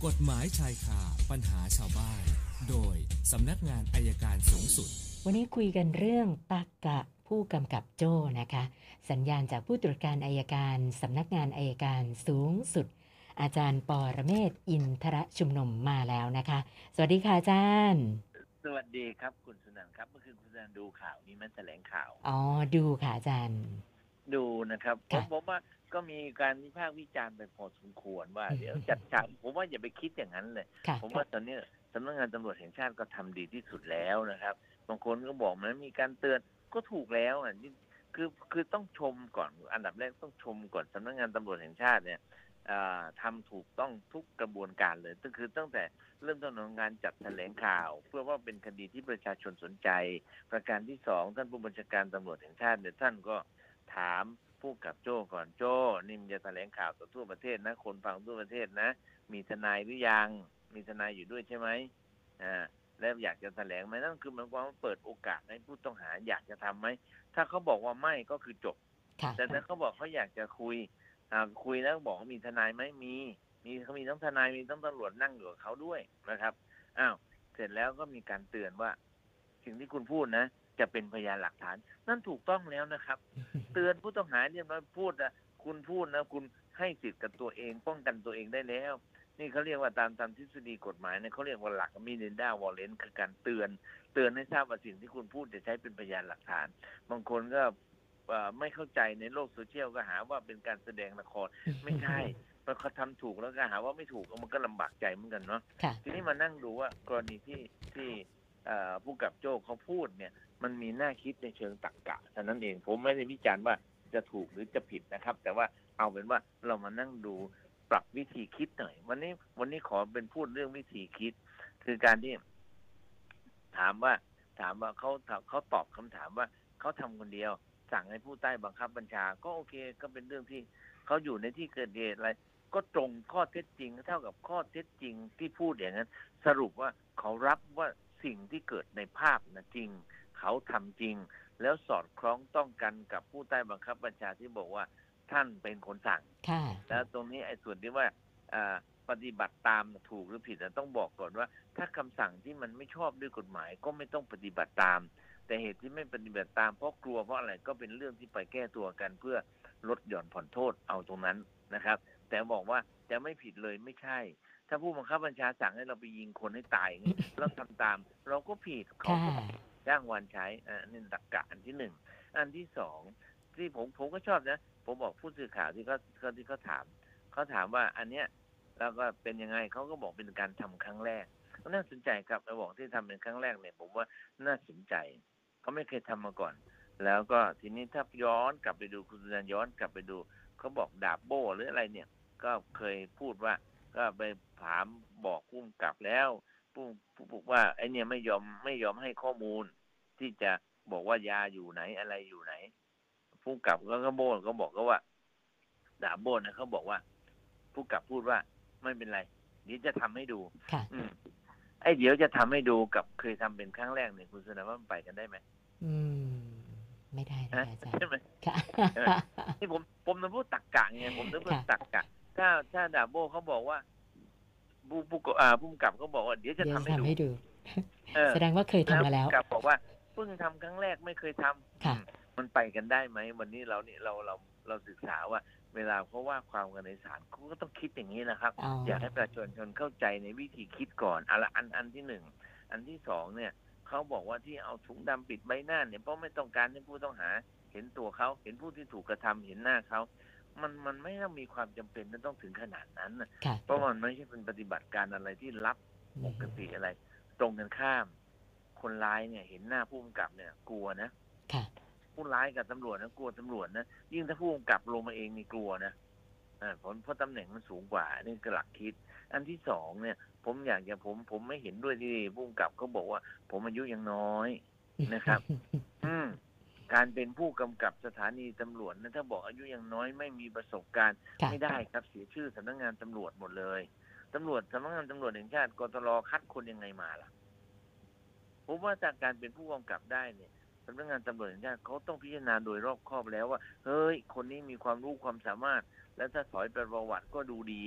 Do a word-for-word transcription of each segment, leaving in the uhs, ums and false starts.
กฎหมายชายคาปัญหาชาวบ้านโดยสำนักงานอัยการสูงสุดวันนี้คุยกันเรื่องตรรกะผู้กำกับโจ้นะคะสัญญาณจากผู้ตรวจการอัยการสำนักงานอัยการสูงสุดอาจารย์ปรเมศวร์อินทรชุมนุมมาแล้วนะคะสวัสดีค่ะอาจารย์สวัสดีครับคุณสุนันท์ครับเมื่อคืนคุณสุนันท์ดูข่าวนี้มันแถลงข่าวอ๋อดูค่ะอาจารย์ดูนะครับผมผมว่าก็มีการวิพากษ์วิจารณ์ไปพอสมควรว่าเดี๋ยวจัดฉากผมว่าอย่าไปคิดอย่างนั้นเลยผมว่าตอนนี้สำนักงานตำรวจแห่งชาติก็ทำดีที่สุดแล้วนะครับบางคนก็บอกมันมีการเตือนก็ถูกแล้วอ่ะนี่คือคือต้องชมก่อนอันดับแรกต้องชมก่อนสำนักงานตำรวจแห่งชาติเนี่ยทำถูกต้องทุกกระบวนการเลยก็คือตั้งแต่เริ่มต้นของงานจัดแถลงข่าวเพื่อว่าเป็นคดีที่ประชาชนสนใจประการที่สองท่านผู้บัญชาการตำรวจแห่งชาติเนี่ยท่านก็ถามผู้กับโจ้ก่อนโจ้นี่มันจะแถลงข่าวต่อทั่วประเทศนะคนฟังทั่วประเทศนะมีทนายหรือยังมีทนายอยู่ด้วยใช่ไหมอ่าแล้วอยากจะแถลงไหมนั่นคือมันความว่าเปิดโอกาสให้ผู้ต้องหาอยากจะทำไหมถ้าเขาบอกว่าไม่ก็คือจบแต่ถ้าเขาบอกเขาอยากจะคุยอ่าคุยแล้วบอกว่ามีทนายไหมมีมีเขามีทั้งทนายมีทั้งตำรวจนั่งอยู่กับเขาด้วยนะครับอ้าวเสร็จแล้วก็มีการเตือนว่าสิ่งที่คุณพูดนะจะเป็นพยานหลักฐานนั่นถูกต้องแล้วนะครับ เตือนผู้ต้องหาเรียบร้อยพูดนะคุณพูดนะคุณให้สิทธิ์กับตัวเองป้องกันตัวเองได้แล้วนี่เขาเรียกว่าตามตามทฤษฎีกฎหมายเนี่ยเขาเรียกว่าหลักมิเรนดาวอลเลนคือการเตือนเตือนให้ทราบว่าสิ่งที่คุณพูดจะใช้เป็นพยานหลักฐานบางคนก็ไม่เข้าใจในโลกโซเชียลก็หาว่าเป็นการแสดงละครไม่ใช่พอเขาทำถูกแล้วก็หาว่าไม่ถูกมันก็ลำบากใจเหมือนกันเนาะทีนี้มานั่งดูว่ากรณีที่ที่ผู้กับโจ้เขาพูดเนี่ยมันมีหน้าคิดในเชิงตรรกะเท่านั้นเองผมไม่ได้วิจารณ์ว่าจะถูกหรือจะผิดนะครับแต่ว่าเอาเป็นว่าเรามานั่งดูปรับวิธีคิดหน่อยวันนี้วันนี้ขอเป็นพูดเรื่องวิธีคิดคือการที่ถามว่าถามว่าเขาเขาตอบคำถามว่าเขาทำคนเดียวสั่งให้ผู้ใต้บังคับบัญชาก็โอเคก็เป็นเรื่องที่เขาอยู่ในที่เกิดเหตุอะไรก็ตรงข้อเท็จจริงเท่ากับข้อเท็จจริงที่พูดอย่างนั้นสรุปว่าเขารับว่าสิ่งที่เกิดในภาพนะจริงเขาทำจริงแล้วสอดคล้องต้องกันกับผู้ใต้บังคับบัญชาที่บอกว่าท่านเป็นคนสั่งแล้วตรงนี้ไอ้ส่วนที่ว่าปฏิบัติตามถูกหรือผิดต้องบอกก่อนว่าถ้าคำสั่งที่มันไม่ชอบด้วยกฎหมายก็ไม่ต้องปฏิบัติตามแต่เหตุที่ไม่ปฏิบัติตามเพราะกลัวเพราะอะไรก็เป็นเรื่องที่ไปแก้ตัวกันเพื่อลดหย่อนผ่อนโทษเอาตรงนั้นนะครับแต่บอกว่าจะไม่ผิดเลยไม่ใช่ถ้าผู้บังคับบัญชาสั่งให้เราไปยิงคนให้ตายแล้วทำตามเราก็ผิดเขาจ้างวันใช้อันนี้ตรรกะอันที่หนึ่งอันที่สองที่ผมผมก็ชอบนะผมบอกผู้สื่อข่าวที่เขาที่เขาถามเขาถามว่าอันเนี้ยแล้วก็เป็นยังไงเขาก็บอกเป็นการทำครั้งแรกก็น่าสนใจครับไอ้บอกที่ทำเป็นครั้งแรกเนี่ยผมว่าน่าสนใจเขาไม่เคยทำมาก่อนแล้วก็ทีนี้ถ้าย้อนกลับไปดูคุณสุนันท์ย้อนกลับไปดูเขาบอกดาบโบ้หรืออะไรเนี่ยก็เคยพูดว่าก็ไปถามบอกผู้กำกับแล้วผู้ผู้บอกว่าไอ้เนี่ยไม่ยอมไม่ยอมให้ข้อมูลที่จะบอกว่ายาอยู่ไหนอะไรอยู่ไหนผู้กำกับก็โบ้ก็บอกก็ว่าดาบโบ้นะเขาบอกว่าผู้กำกับพูดว่าไม่เป็นไรเดี๋ยวจะทำให้ดูอืมไอ้เดี๋ยวจะทำให้ดูกับเคยทำเป็นครั้งแรกเนี่ยคุณสุนันท์ว่ามันไปกันได้ไหมอืมไม่ได้นะอาจารย์ใช่ไหมค่ะที่ผมผมจะพูดตรรกะไงผมจะพูดตรรกะถ้าถ้าดาบโบ้เขาบอกว่าผู้ผู้อ่าผู้กำกับเขาบอกว่าเดี๋ยวจะทำให้ดูแสดงว่าเคยทำมาแล้วผู้กำกับบอกว่าเพิ่งทำครั้งแรกไม่เคยทำมันไปกันได้ไหมวันนี้เราเนี่ยเราเราเราศึกษาว่าเวลาเขาว่าความกันในศาลเขาก็ต้องคิดอย่างนี้นะครับอยากให้ประชาชนเข้าใจในวิธีคิดก่อนอันละอันอันที่หนึ่งอันที่สองเนี่ยเขาบอกว่าที่เอาถุงดำปิดใบหน้าเนี่ยเพราะไม่ต้องการให้ผู้ต้องหาเห็นตัวเขาเห็นผู้ที่ถูกกระทำเห็นหน้าเขามันมันไม่ต้องมีความจำเป็นต้องถึงขนาดนั้นนะเพราะมันไม่ใช่เป็นปฏิบัติการอะไรที่ลับปกติอะไรตรงกันข้ามคนร้ายเนี่ยเห็นหน้าผู้กำกับเนี่ยกลัวนะผู้ร้ายกับตำรวจนะกลัวตำรวจนะยิ่งถ้าผู้กำกับลงมาเองนี่กลัวนะผลเพราะตำแหน่งมันสูงกว่านี่คือหลักคิดอันที่สองเนี่ยผมอยากจะผมผมไม่เห็นด้วยที่ผู้กำกับเขาบอกว่าผมอายุยังน้อยนะครับ อืมการเป็นผู้กำกับสถานีตำรวจนะถ้าบอกอายุยังน้อยไม่มีประสบการณ์ไม่ได้ครับเสียชื่อสำนักงานตำรวจหมดเลยตำรวจสำนักงานตำรวจแห่งชาติกตรคัดคนยังไงมาล่ะผมว่าจากการเป็นผู้กำกับได้เนี่ยสำนักงานตำรวจแห่งชาติเขาต้องพิจารณาโดยรอบคอบแล้วว่าเฮ้ยคนนี้มีความรู้ความสามารถแล้วถ้าถอยไปประวัติก็ดูดีอ่ะ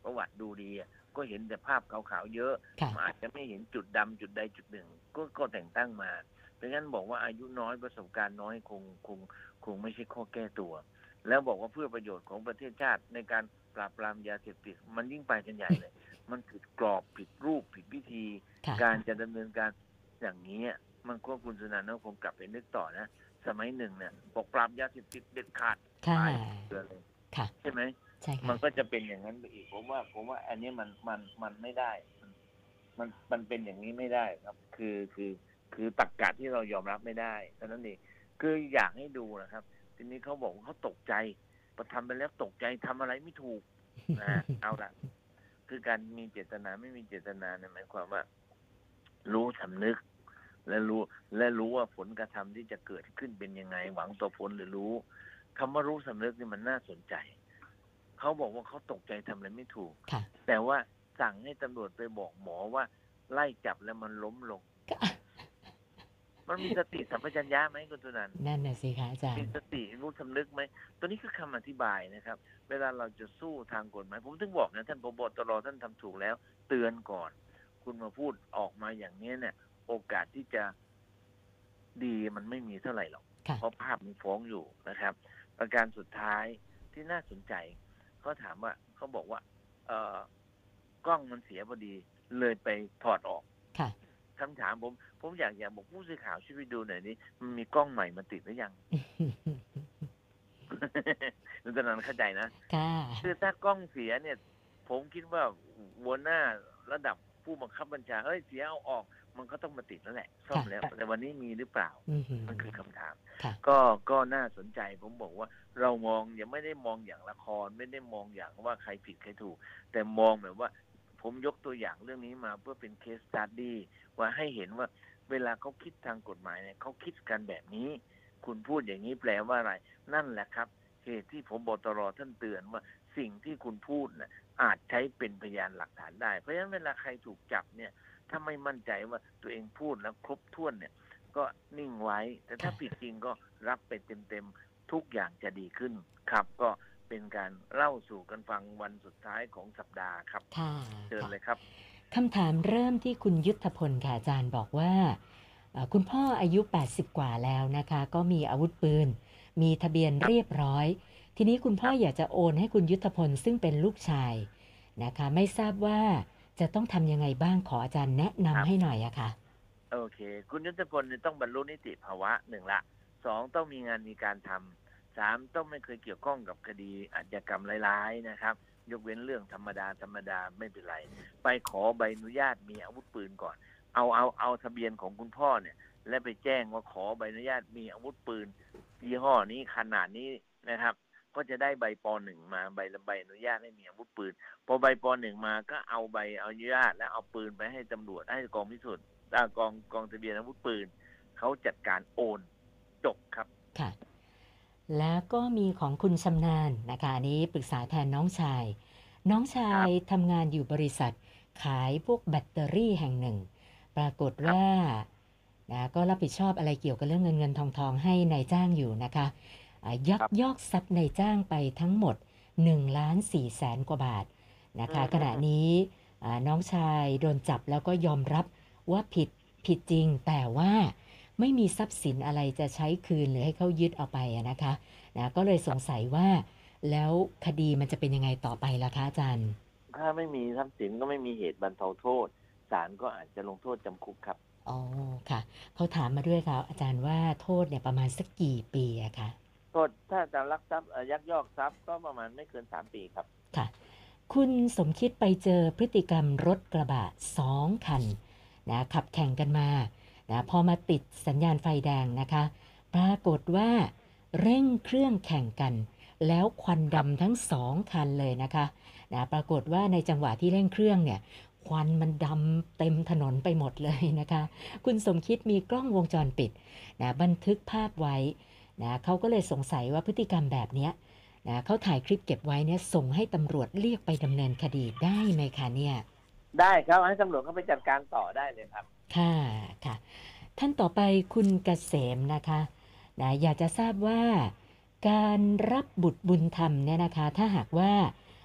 ประวัติดูดีก็เห็นแต่ภาพขาวๆเยอะอาจจะไม่เห็นจุดดำจุดใดจุดหนึ่งก็ก็แต่งตั้งมาเพราะงั้นบอกว่าอายุน้อยประสบการณ์น้อยคงคงคงไม่ใช่ข้อแก้ตัวแล้วบอกว่าเพื่อประโยชน์ของประเทศชาติในการปราบปรามยาเสพติดมันยิ่งไปกันใหญ่เลยมันผิดกรอบผิดรูปผิดวิธีการจะดำเนินการอย่างนี้มันก็คุณสุนันท์คงกลับไปนึกต่อนะสมัยหนึ่งเนี่ยบอกปราบยาเสพติดเด็ดขาดตายเกินเลยใช่ไหมมันก็จะเป็นอย่างนั้นไปอีกผมว่าผมว่าอันนี้มันมันมันไม่ได้มันมันเป็นอย่างนี้ไม่ได้ครับคือคือคือตรรกะที่เรายอมรับไม่ได้เท่านั้นเองคืออยากให้ดูนะครับทีนี้เขาบอกว่าเขาตกใจพอทำไปแล้วตกใจทำอะไรไม่ถูกนะเอาละคือการมีเจตนาไม่มีเจตนาเนี่ยหมายความว่ารู้สำนึกและรู้และรู้ว่าผลกระทำที่จะเกิดขึ้นเป็นยังไงหวังต่อผลหรือรู้คำว่ารู้สำนึกนี่มันน่าสนใจเขาบอกว่าเขาตกใจทำอะไรไม่ถูกแต่ว่าสั่งให้ตำรวจไปบอกหมอว่าไล่จับแล้วมันล้มลงมันมีสติสัมปชัญญะไหมคุณตุนันนั่นน่ะสิคะอาจารย์มีสติรู้สำนึกไหมตัวนี้คือคำอธิบายนะครับเวลาเราจะสู้ทางกฎหมายผมถึงบอกนะท่านผบ.ตร.ท่านทำถูกแล้วเตือนก่อนคุณมาพูดออกมาอย่างนี้เนี่ยโอกาสที่จะดีมันไม่มีเท่าไหร่หรอกเพราะภาพมันฟ้องอยู่นะครับประการสุดท้ายที่น่าสนใจเขาถามว่าเขาบอกว่าเอ่อกล้องมันเสียพอดีเลยไปถอดออกคำถามผมผมอยากอยากบอกผู้สื่อข่าวช่วยไปดูหน่อยนี้มันมีกล้องใหม่มาติดหรือยังนั่นตอนนั้นเข้าใจนะคือถ้ากล้องเสียเนี่ยผมคิดว่าหัวหน้าระดับผู้บังคับบัญชาเอ้ยเสียเอาออกมันก็ต้องมาติดแล้วแหละซ่อมแล้วแต่วันนี้มีหรือเปล่ามันคือคำถามก็ก็น่าสนใจผมบอกว่าเรามองอย่าไม่ได้มองอย่างละครไม่ได้มองอย่างว่าใครผิดใครถูกแต่มองแบบว่าผมยกตัวอย่างเรื่องนี้มาเพื่อเป็นเคสสตั๊ดดี้ว่าให้เห็นว่าเวลาเขาคิดทางกฎหมายเนี่ยเขาคิดกันแบบนี้คุณพูดอย่างนี้แปลว่าอะไรนั่นแหละครับเหตุที่ผมบตร.ท่านเตือนว่าสิ่งที่คุณพูดน่ะอาจใช้เป็นพยานหลักฐานได้เพราะฉะนั้นเวลาใครถูกจับเนี่ยถ้าไม่มั่นใจว่าตัวเองพูดแล้วครบถ้วนเนี่ยก็นิ่งไว้แต่ถ้าผิดจริงก็รับไปเต็มๆทุกอย่างจะดีขึ้นครับก็เป็นการเล่าสู่กันฟังวันสุดท้ายของสัปดาห์ครับเชิญเลยครับคำถามเริ่มที่คุณยุทธพลค่ะอาจารย์บอกว่าคุณพ่ออายุแปดสิบกว่าแล้วนะคะก็มีอาวุธปืนมีทะเบียนเรียบร้อยทีนี้คุณพ่ออยากจะโอนให้คุณยุทธพลซึ่งเป็นลูกชายนะคะไม่ทราบว่าจะต้องทำยังไงบ้างขออาจารย์แนะนำให้หน่อยอะค่ะโอเคคุณยุทธพลต้องบรรลุนิติภาวะหนึ่งละสองต้องมีงานมีการทำสามต้องไม่เคยเกี่ยวข้องกับคดีอาชญากรรมร้ายๆนะครับยกเว้นเรื่องธรรมดาธรรมดาไม่เป็นไรไปขอใบอนุญาตมีอาวุธปืนก่อนเอาเอาเอาทะเบียนของคุณพ่อเนี่ยและไปแจ้งว่าขอใบอนุญาตมีอาวุธปืนยี่ห้อนี้ขนาดนี้นะครับก็จะได้ใบป.หนึ่งมาใบใบอนุญาตให้มีอาวุธปืนพอใบป.หนึ่งมาก็เอาใบอนุญาตแล้วเอาปืนไปให้ตำรวจให้กองพิสูจน์กองกองทะเบียนอาวุธปืนเขาจัดการโอนจบครับค่ะแล้วก็มีของคุณชำนาญนะคะอันนี้ปรึกษาแทนน้องชายน้องชายทำงานอยู่บริษัทขายพวกแบตเตอรี่แห่งหนึ่งปรากฏว่านะก็รับผิดชอบอะไรเกี่ยวกับเรื่องเงินเงินทองทองให้นายจ้างอยู่นะคะยักยอกทรัพย์นายจ้างไปทั้งหมดหนึ่งล้านสี่แสนกว่าบาทนะคะขณะนี้น้องชายโดนจับแล้วก็ยอมรับว่าผิดผิดจริงแต่ว่าไม่มีทรัพย์สินอะไรจะใช้คืนหรือให้เขายึดเอาไปนะคะนะก็เลยสงสัยว่าแล้วคดีมันจะเป็นยังไงต่อไปล่ะคะอาจารย์ถ้าไม่มีทรัพย์สินก็ไม่มีเหตุบรรเทาโทษศาลก็อาจจะลงโทษจำคุกครับอ๋อค่ะเขาถามมาด้วยค่ะอาจารย์ว่าโทษเนี่ยประมาณสักกี่ปีอะคะโทษถ้าจะลักทรัพย์ยักยอกทรัพย์ก็ประมาณไม่เกินสามปีครับค่ะคุณสมคิดไปเจอพฤติกรรมรถกระบะสองคันนะขับแข่งกันมานะพอมาติดสัญญาณไฟแดงนะคะปรากฏว่าเร่งเครื่องแข่งกันแล้วควันดำทั้งสองคันเลยนะคะนะปรากฏว่าในจังหวะที่เร่งเครื่องเนี่ยควันมันดำเต็มถนนไปหมดเลยนะคะคุณสมคิดมีกล้องวงจรปิดนะบันทึกภาพไว้นะเขาก็เลยสงสัยว่าพฤติกรรมแบบนี้นะเขาถ่ายคลิปเก็บไว้เนี่ยส่งให้ตำรวจเรียกไปดำเนินคดีได้ไหมคะเนี่ยได้ครับให้ตำรวจเขาไปจัดการต่อได้เลยครับค่ะค่ะท่านต่อไปคุณเกษมนะคะนะอยากจะทราบว่าการรับบุตรบุญธรรมเนี่ยนะคะถ้าหากว่า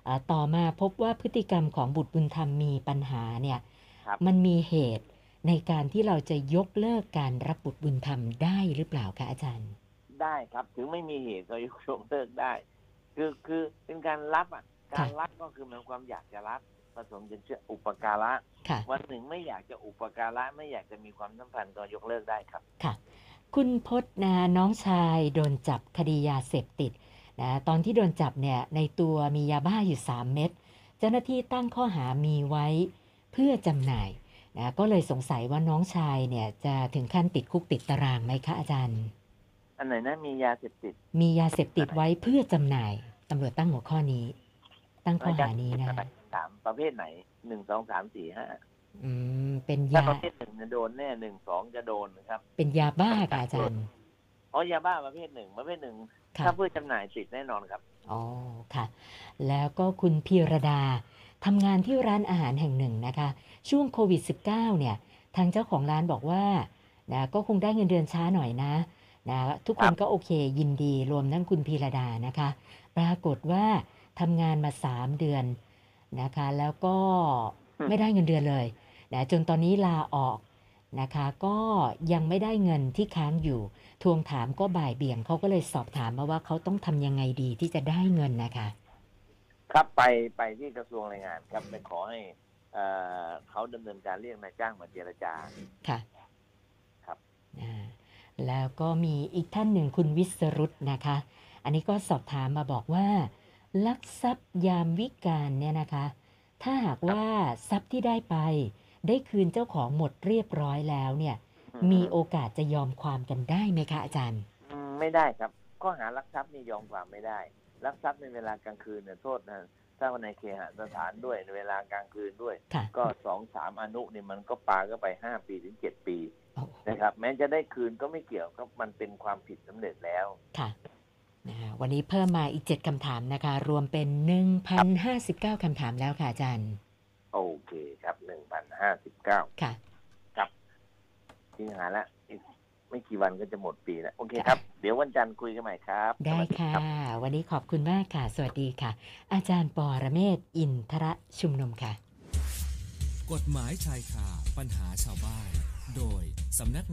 ต่อมาพบว่าพฤติกรรมของบุตรบุญธรรมมีปัญหาเนี่ยมันมีเหตุในการที่เราจะยกเลิกการรับบุตรบุญธรรมได้หรือเปล่าคะอาจารย์ได้ครับถึงไม่มีเหตุก็ยกเลิกได้คือคือเป็นการรับอ่ะการรับก็คือมันความอยากจะรับผสมจนเชื่ออุปการะวันหนึ่งไม่อยากจะอุปการะไม่อยากจะมีความสัมพันธ์ก็ยกเลิกได้ครับค่ะคุณพจน์นะน้องชายโดนจับคดียาเสพติดนะตอนที่โดนจับเนี่ยในตัวมียาบ้าอยู่สามเม็ดเจ้าหน้าที่ตั้งข้อหามีไว้เพื่อจำหน่ายนะก็เลยสงสัยว่าน้องชายเนี่ยจะถึงขั้นติดคุกติดตารางไหมคะอาจารย์อันไหนนะมียาเสพติดมียาเสพติดไว้เพื่อจำหน่ายตำรวจตั้งหัวข้อนี้ตั้งข้อหานี้นะถามประเภทไหนหนึ่งสองสามสี่ห้าอืมเป็นยาประเภทหนึ่งจะโดนแน่หนึ่งสองจะโดนครับเป็นยาบ้าค่ะอาจารย์อ๋อยาบ้าประเภทหนึ่งประเภทหนึ่งถ้าเพื่อจำหน่ายติดแน่นอนครับอ๋อค่ะแล้วก็คุณพีรดาทำงานที่ร้านอาหารแห่งหนึ่งนะคะช่วงโควิด สิบเก้า เนี่ยทางเจ้าของร้านบอกว่านะก็คงได้เงินเดือนช้าหน่อยนะนะทุกคนก็โอเคยินดีรวมทั้งคุณพีรดานะคะปรากฏว่าทำงานมาสามเดือนนะคะแล้วก็ไม่ได้เงินเดือนเลยนะจนตอนนี้ลาออกนะคะก็ยังไม่ได้เงินที่ค้างอยู่ทวงถามก็บ่ายเบี่ยงเขาก็เลยสอบถามมาว่าเขาต้องทำยังไงดีที่จะได้เงินนะคะครับไปไปที่กระทรวงแรงงานครับไปขอให้เอ่อเขาดำเนินการเรียกนายจ้างมาเจรจาค่ะครับแล้วก็มีอีกท่านหนึ่งคุณวิศรุตนะคะอันนี้ก็สอบถามมาบอกว่าลักทรัพย์ยามวิกาลเนี่ยนะคะถ้าหากว่าทรัพย์ที่ได้ไปได้คืนเจ้าของหมดเรียบร้อยแล้วเนี่ยมีโอกาสจะยอมความกันได้ไหมคะอาจารย์ไม่ได้ครับข้อหาลักทรัพย์นี่ยอมความไม่ได้ลักทรัพย์ในเวลากลางคืนเนี่ยโทษนะถ้าในเคหสถานด้วยในเวลากลางคืนด้วยก็สองสามอนุนี่มันก็ปาก็ไปห้าปีถึงเจ็ดปีนะครับแม้จะได้คืนก็ไม่เกี่ยวก็มันเป็นความผิดสำเร็จแล้วค่ะวันนี้เพิ่มมาอีกเจ็ดคำถามนะคะรวมเป็น หนึ่งพันห้าสิบเก้า คำถามแล้วค่ะอาจารย์โอเคครับ หนึ่งพันห้าสิบเก้าค่ะครับสิงหาละอีกไม่กี่วันก็จะหมดปีแล้วโอเคครับเดี๋ยววันจันทร์คุยกันใหม่ครับได้ค่ะวันนี้ขอบคุณมากค่ะสวัสดีค่ะอาจารย์ปรเมศวร์อินทรชุมนุมค่ะกฎหมายชายคาปัญหาชาวบ้านโดยสำนัก